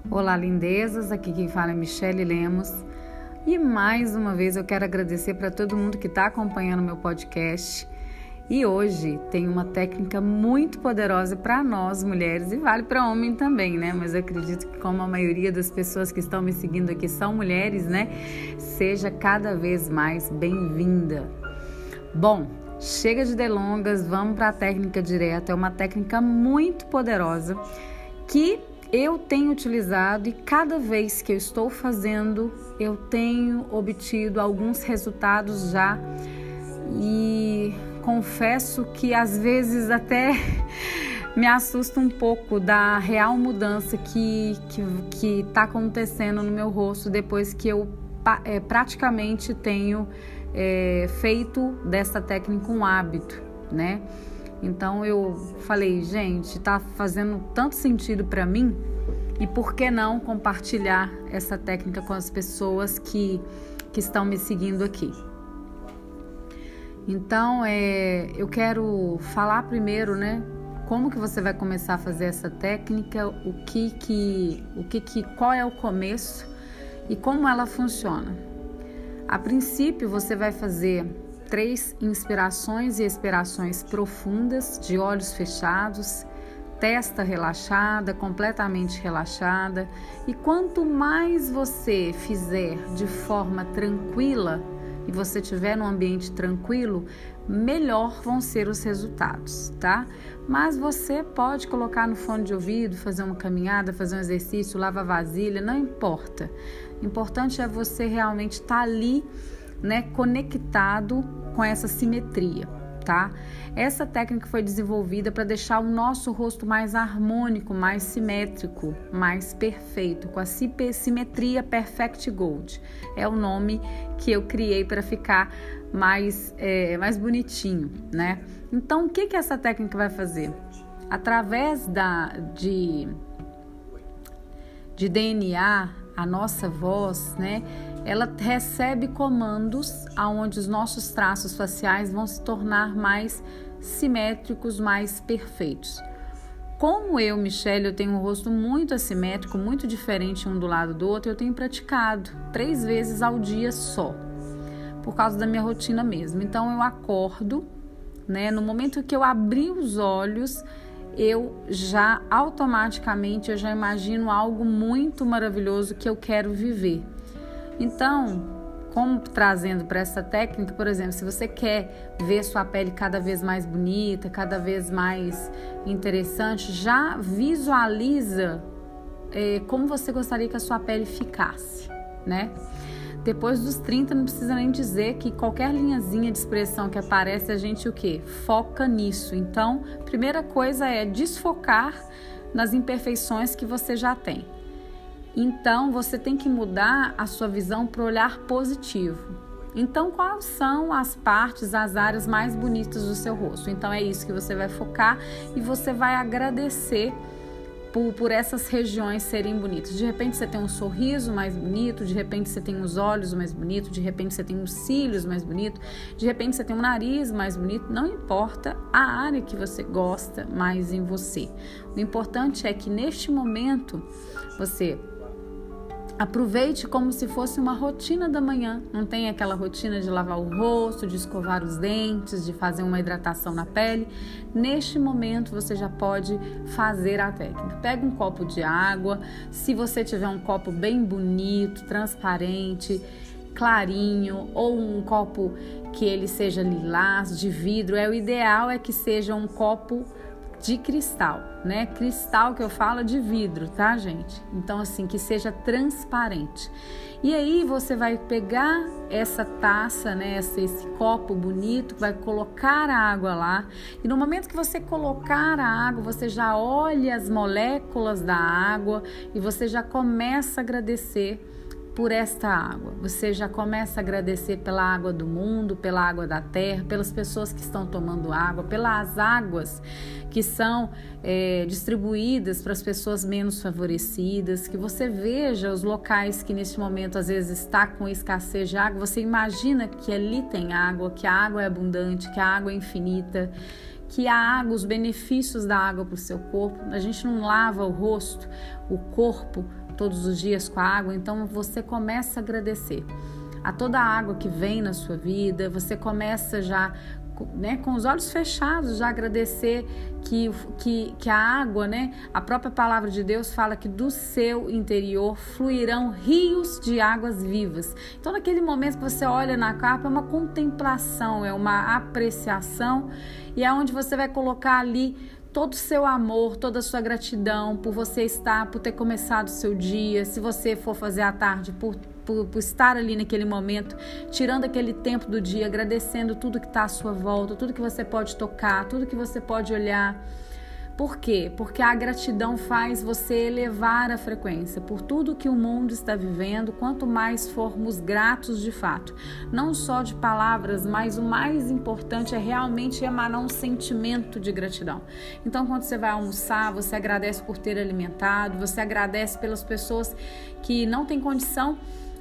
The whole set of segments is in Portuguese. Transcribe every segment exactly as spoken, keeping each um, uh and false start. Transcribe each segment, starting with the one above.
Olá, lindezas, aqui quem fala é Michele Lemos e mais uma vez eu quero agradecer para todo mundo que está acompanhando meu podcast. E hoje tem uma técnica muito poderosa para nós mulheres e vale para homem também, né? Mas eu acredito que como a maioria das pessoas que estão me seguindo aqui são mulheres, né? Seja cada vez mais bem-vinda. Bom, chega de delongas, vamos para a técnica direta. É uma técnica muito poderosa que eu tenho utilizado e cada vez que eu estou fazendo, eu tenho obtido alguns resultados já e confesso que às vezes até me assusta um pouco da real mudança que que que está acontecendo no meu rosto depois que eu é, praticamente tenho é, feito dessa técnica um hábito, né? Então eu falei, gente, tá fazendo tanto sentido para mim e por que não compartilhar essa técnica com as pessoas que, que estão me seguindo aqui. Então é, eu quero falar primeiro, né, como que você vai começar a fazer essa técnica, o que que, o que que, qual é o começo e como ela funciona. A princípio você vai fazer três inspirações e expirações profundas, de olhos fechados, testa relaxada, completamente relaxada. E quanto mais você fizer de forma tranquila e você estiver num ambiente tranquilo, melhor vão ser os resultados, tá? Mas você pode colocar no fone de ouvido, fazer uma caminhada, fazer um exercício, lavar vasilha, não importa. O importante é você realmente estar ali, né, conectado com essa simetria, tá? Essa técnica foi desenvolvida para deixar o nosso rosto mais harmônico, mais simétrico, mais perfeito, com a simetria Perfect Gold. É o nome que eu criei para ficar mais, é, mais bonitinho, né? Então, o que que essa técnica vai fazer? Através da, de, de D N A, a nossa voz, né? Ela recebe comandos aonde os nossos traços faciais vão se tornar mais simétricos, mais perfeitos. Como eu, Michele, eu tenho um rosto muito assimétrico, muito diferente um do lado do outro, eu tenho praticado três vezes ao dia só, por causa da minha rotina mesmo. Então eu acordo, né? No momento que eu abri os olhos, eu já automaticamente eu já imagino algo muito maravilhoso que eu quero viver. Então, como trazendo para essa técnica, por exemplo, se você quer ver sua pele cada vez mais bonita, cada vez mais interessante, já visualiza é, como você gostaria que a sua pele ficasse, né? Depois dos trinta, não precisa nem dizer que qualquer linhazinha de expressão que aparece, a gente o quê? Foca nisso. Então, primeira coisa é desfocar nas imperfeições que você já tem. Então, você tem que mudar a sua visão para o olhar positivo. Então, quais são as partes, as áreas mais bonitas do seu rosto? Então, é isso que você vai focar e você vai agradecer por, por essas regiões serem bonitas. De repente, você tem um sorriso mais bonito, de repente, você tem os olhos mais bonitos, de repente, você tem os cílios mais bonitos, de repente, você tem um nariz mais bonito. Não importa a área que você gosta mais em você. O importante é que, neste momento, você aproveite como se fosse uma rotina da manhã. Não tem aquela rotina de lavar o rosto, de escovar os dentes, de fazer uma hidratação na pele. Neste momento você já pode fazer a técnica. Pega um copo de água. Se você tiver um copo bem bonito, transparente, clarinho, ou um copo que ele seja lilás, de vidro, é o ideal é que seja um copo de cristal, né? Cristal que eu falo de vidro, tá, gente? Então, assim, que seja transparente. E aí você vai pegar essa taça, né? Esse, esse copo bonito, vai colocar a água lá. E no momento que você colocar a água, você já olha as moléculas da água e você já começa a agradecer por esta água. Você já começa a agradecer pela água do mundo, pela água da terra, pelas pessoas que estão tomando água, pelas águas que são é, distribuídas para as pessoas menos favorecidas, que você veja os locais que neste momento às vezes está com escassez de água, você imagina que ali tem água, que a água é abundante, que a água é infinita, que a água, os benefícios da água para o seu corpo. A gente não lava o rosto, o corpo todos os dias com a água, então você começa a agradecer a toda a água que vem na sua vida, você começa já, né, com os olhos fechados, já agradecer que, que, que a água, né, a própria palavra de Deus fala que do seu interior fluirão rios de águas vivas. Então, naquele momento que você olha na capa, é uma contemplação, é uma apreciação, e é onde você vai colocar ali todo o seu amor, toda a sua gratidão por você estar, por ter começado o seu dia, se você for fazer à tarde, por Por, por estar ali naquele momento, tirando aquele tempo do dia, agradecendo tudo que está à sua volta, tudo que você pode tocar, tudo que você pode olhar. Por quê? Porque a gratidão faz você elevar a frequência por tudo que o mundo está vivendo, quanto mais formos gratos de fato. Não só de palavras, mas o mais importante é realmente emanar um sentimento de gratidão. Então, quando você vai almoçar, você agradece por ter alimentado, você agradece pelas pessoas que não têm condição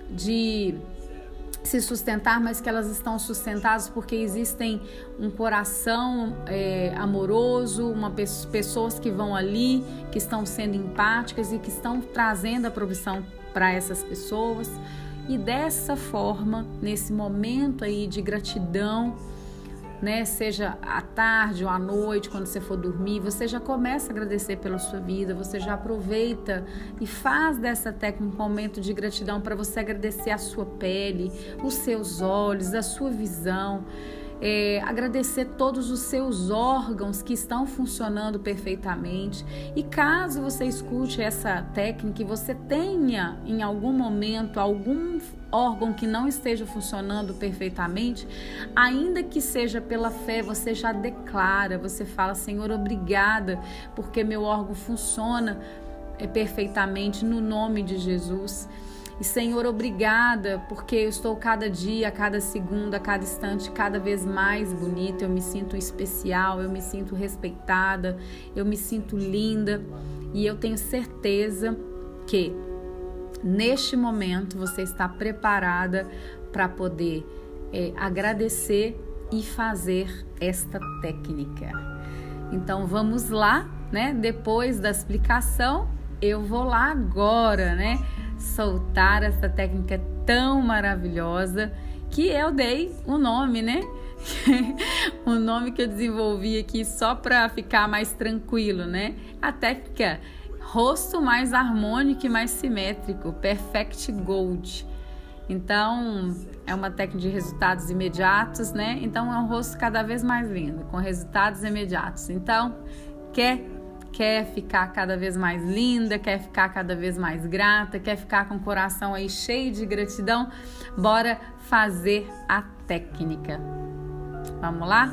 de se sustentar, mas que elas estão sustentadas porque existem um coração é, amoroso, uma, pessoas que vão ali, que estão sendo empáticas e que estão trazendo a provisão para essas pessoas. E dessa forma, nesse momento aí de gratidão, né, seja à tarde ou à noite, quando você for dormir, você já começa a agradecer pela sua vida, você já aproveita e faz dessa técnica um momento de gratidão para você agradecer a sua pele, os seus olhos, a sua visão, é, agradecer todos os seus órgãos que estão funcionando perfeitamente. E caso você escute essa técnica e você tenha em algum momento algum órgão que não esteja funcionando perfeitamente, ainda que seja pela fé, você já declara, você fala: Senhor, obrigada, porque meu órgão funciona é, perfeitamente no nome de Jesus. E Senhor, obrigada, porque eu estou cada dia, a cada segundo, a cada instante, cada vez mais bonita, eu me sinto especial, eu me sinto respeitada, eu me sinto linda, e eu tenho certeza que neste momento você está preparada para poder é, agradecer e fazer esta técnica. Então vamos lá, né? Depois da explicação, eu vou lá agora, né? Soltar essa técnica tão maravilhosa que eu dei o nome, né? O nome que eu desenvolvi aqui só para ficar mais tranquilo, né? A técnica rosto mais harmônico e mais simétrico, Perfect Gold. Então, é uma técnica de resultados imediatos, né? Então, é um rosto cada vez mais lindo, com resultados imediatos. Então, quer quer ficar cada vez mais linda, quer ficar cada vez mais grata, quer ficar com o coração aí cheio de gratidão, bora fazer a técnica. Vamos lá?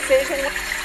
seja um